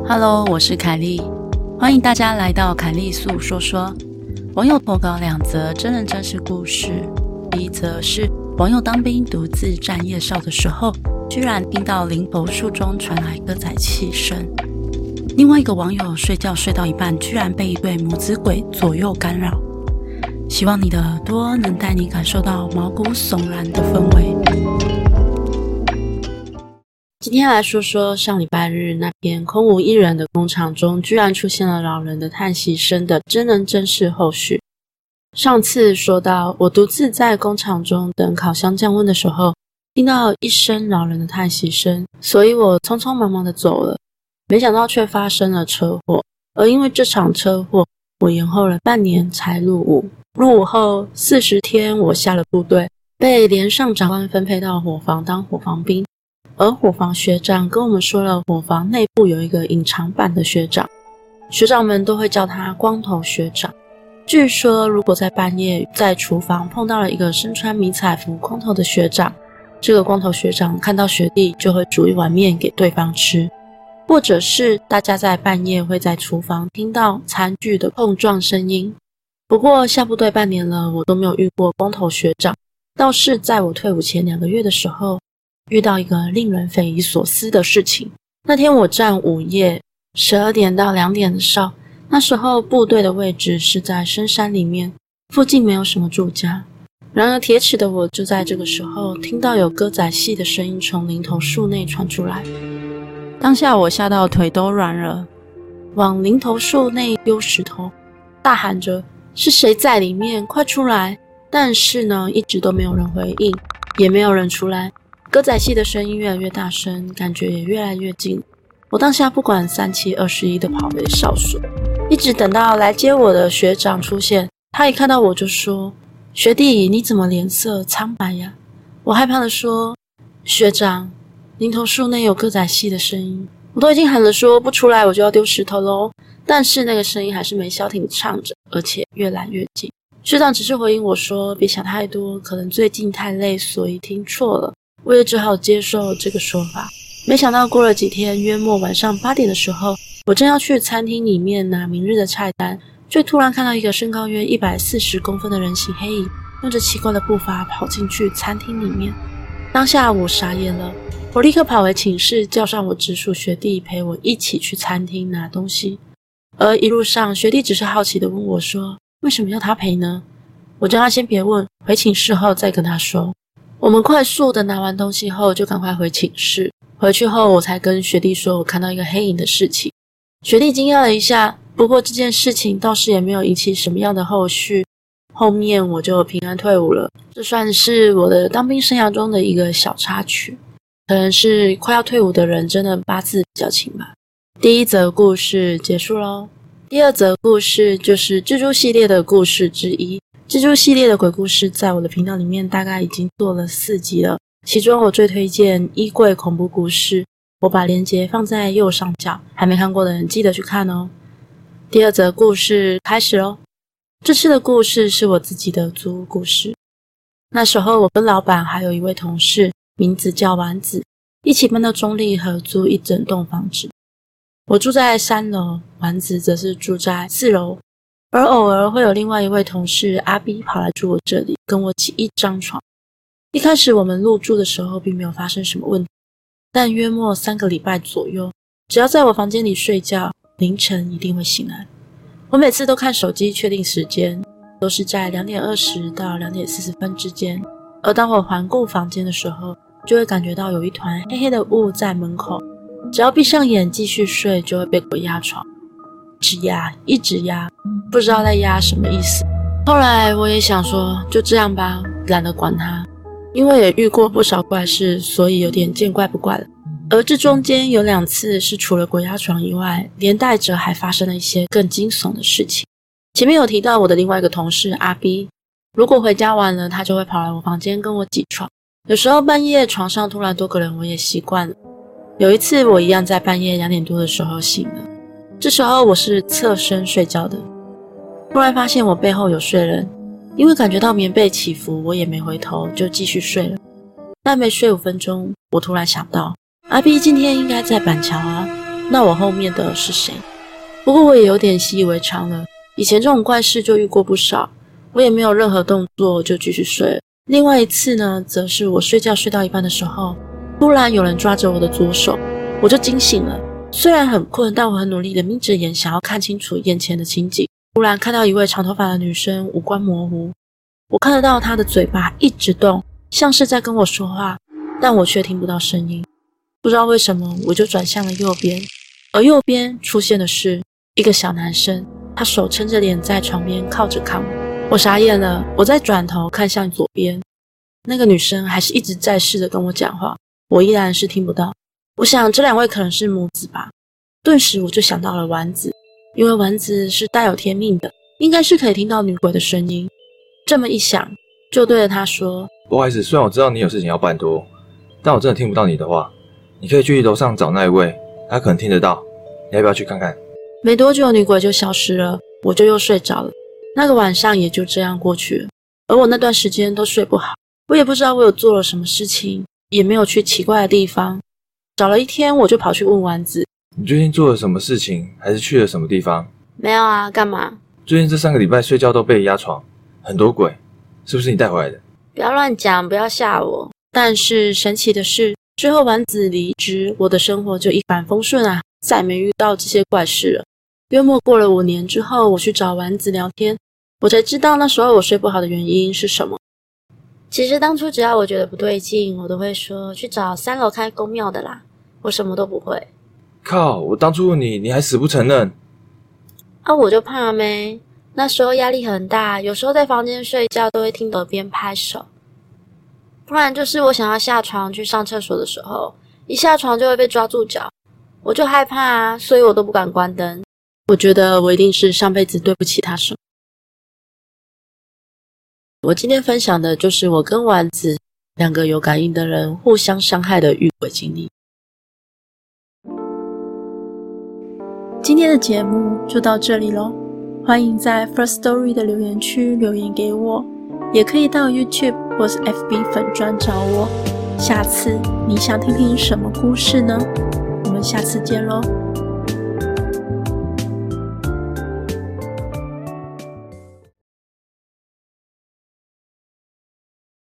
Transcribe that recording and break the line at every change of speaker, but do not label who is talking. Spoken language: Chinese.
Hello， 我是凯莉，欢迎大家来到凯莉诉说说。网友投稿2则真人真事故事。第一则是网友当兵独自站夜哨的时候，居然听到林头树中传来歌仔戏声。另外一个网友睡觉睡到一半，居然被一对母子鬼左右干扰。希望你的耳朵能带你感受到毛骨悚然的氛围。今天来说说上礼拜日那边空无一人的工厂中居然出现了老人的叹息声的真人真事后续。上次说到我独自在工厂中等烤箱降温的时候，听到一声老人的叹息声，所以我匆匆忙忙的走了，没想到却发生了车祸。而因为这场车祸，我延后了半年才入伍。入伍后40天，我下了部队，被连上长官分配到伙房当伙房兵。而伙房学长跟我们说了，伙房内部有一个隐藏版的学长，学长们都会叫他光头学长。据说如果在半夜在厨房碰到了一个身穿迷彩服光头的学长，这个光头学长看到学弟就会煮一碗面给对方吃，或者是大家在半夜会在厨房听到餐具的碰撞声音。不过下部队半年了，我都没有遇过光头学长，倒是在我退伍前2个月的时候遇到一个令人匪夷所思的事情。那天我站午夜12点到2点的哨，那时候部队的位置是在深山里面，附近没有什么住家。然而铁齿的我就在这个时候听到有歌仔戏的声音从林头树内传出来。当下我吓到腿都软了，往林头树内丢石头，大喊着是谁在里面，快出来。但是呢，一直都没有人回应，也没有人出来。歌仔戏的声音越来越大声，感觉也越来越近。我当下不管37、21的跑回哨所，一直等到来接我的学长出现。他一看到我就说：“学弟，你怎么脸色苍白呀？”我害怕的说：“学长，林头树内有歌仔戏的声音。”我都已经喊了说不出来我就要丢石头咯，但是那个声音还是没消停地唱着，而且越来越近。学长只是回应我说：“别想太多，可能最近太累，所以听错了。”我也只好接受这个说法。没想到过了几天，约莫晚上8点的时候，我正要去餐厅里面拿明日的菜单，却突然看到一个身高约140公分的人形黑影，用着奇怪的步伐跑进去餐厅里面。当下我傻眼了，我立刻跑回寝室，叫上我直属学弟陪我一起去餐厅拿东西。而一路上，学弟只是好奇地问我说：“为什么要他陪呢？”我叫他先别问，回寝室后再跟他说。我们快速的拿完东西后就赶快回寝室，回去后我才跟学弟说我看到一个黑影的事情。学弟惊讶了一下，不过这件事情倒是也没有引起什么样的后续，后面我就平安退伍了。这算是我的当兵生涯中的一个小插曲，可能是快要退伍的人真的八字比较轻吧。第一则故事结束咯。第二则故事就是蜘蛛系列的故事之一。蜘蛛系列的鬼故事在我的频道里面大概已经做了4集了，其中我最推荐衣柜恐怖故事，我把链接放在右上角，还没看过的人记得去看哦。第二则故事开始咯。这次的故事是我自己的租屋故事。那时候我跟老板还有一位同事，名字叫丸子，一起搬到中立合租一整栋房子。我住在3楼，丸子则是住在4楼。而偶尔会有另外一位同事阿 B 跑来住我这里，跟我挤一张床。一开始我们入住的时候并没有发生什么问题，但约莫3个礼拜左右，只要在我房间里睡觉，凌晨一定会醒来。我每次都看手机确定时间，都是在2点20到2点40分之间。而当我环顾房间的时候，就会感觉到有一团黑黑的雾在门口，只要闭上眼继续睡，就会被鬼压床，一直压，不知道在压什么意思。后来我也想说就这样吧，懒得管它，因为也遇过不少怪事，所以有点见怪不怪了。而这中间有2次是除了鬼压床以外，连带着还发生了一些更惊悚的事情。前面有提到我的另外一个同事阿 B， 如果回家晚了，他就会跑来我房间跟我挤床，有时候半夜床上突然多个人，我也习惯了。有一次我一样在半夜2点多的时候醒了，这时候我是侧身睡觉的，突然发现我背后有睡人，因为感觉到棉被起伏，我也没回头就继续睡了。但没睡5分钟，我突然想到阿 B 今天应该在板桥啊， 那我后面的是谁？不过我也有点习以为常了，以前这种怪事就遇过不少，我也没有任何动作就继续睡了。另外一次呢，则是我睡觉睡到一半的时候，突然有人抓着我的左手，我就惊醒了。虽然很困，但我很努力的眯着眼想要看清楚眼前的情景。突然看到一位长头发的女生，五官模糊，我看得到她的嘴巴一直动，像是在跟我说话，但我却听不到声音。不知道为什么，我就转向了右边，而右边出现的是一个小男生，他手撑着脸在床边靠着看我。我傻眼了，我再转头看向左边，那个女生还是一直在试着跟我讲话，我依然是听不到。我想这两位可能是母子吧。顿时我就想到了丸子，因为丸子是带有天命的，应该是可以听到女鬼的声音。这么一想，就对着他说：
不好意思，虽然我知道你有事情要办多，但我真的听不到你的话。你可以去楼上找那一位，他可能听得到，你要不要去看看？
没多久女鬼就消失了，我就又睡着了。那个晚上也就这样过去了，而我那段时间都睡不好，我也不知道我有做了什么事情，也没有去奇怪的地方。找了一天，我就跑去问丸子：
你最近做了什么事情，还是去了什么地方？
没有啊，干嘛？
最近这3个礼拜睡觉都被压床，很多鬼，是不是你带回来的？
不要乱讲，不要吓我。但是神奇的是，之后丸子离职，我的生活就一帆风顺啊，再没遇到这些怪事了。约莫过了5年之后，我去找丸子聊天，我才知道那时候我睡不好的原因是什么。其实当初只要我觉得不对劲，我都会说去找3楼开公庙的啦，我什么都不会。
靠，我当初问你，你还死不承认。
啊，我就怕咩，那时候压力很大，有时候在房间睡觉都会听耳边拍手，不然就是我想要下床去上厕所的时候，一下床就会被抓住脚，我就害怕啊，所以我都不敢关灯。我觉得我一定是上辈子对不起他什么。我今天分享的就是我跟丸子2个有感应的人互相伤害的遇鬼经历。
今天的节目就到这里咯，欢迎在 First Story 的留言区留言给我，也可以到 YouTube 或是 FB 粉专找我。下次你想听听什么故事呢？我们下次见咯。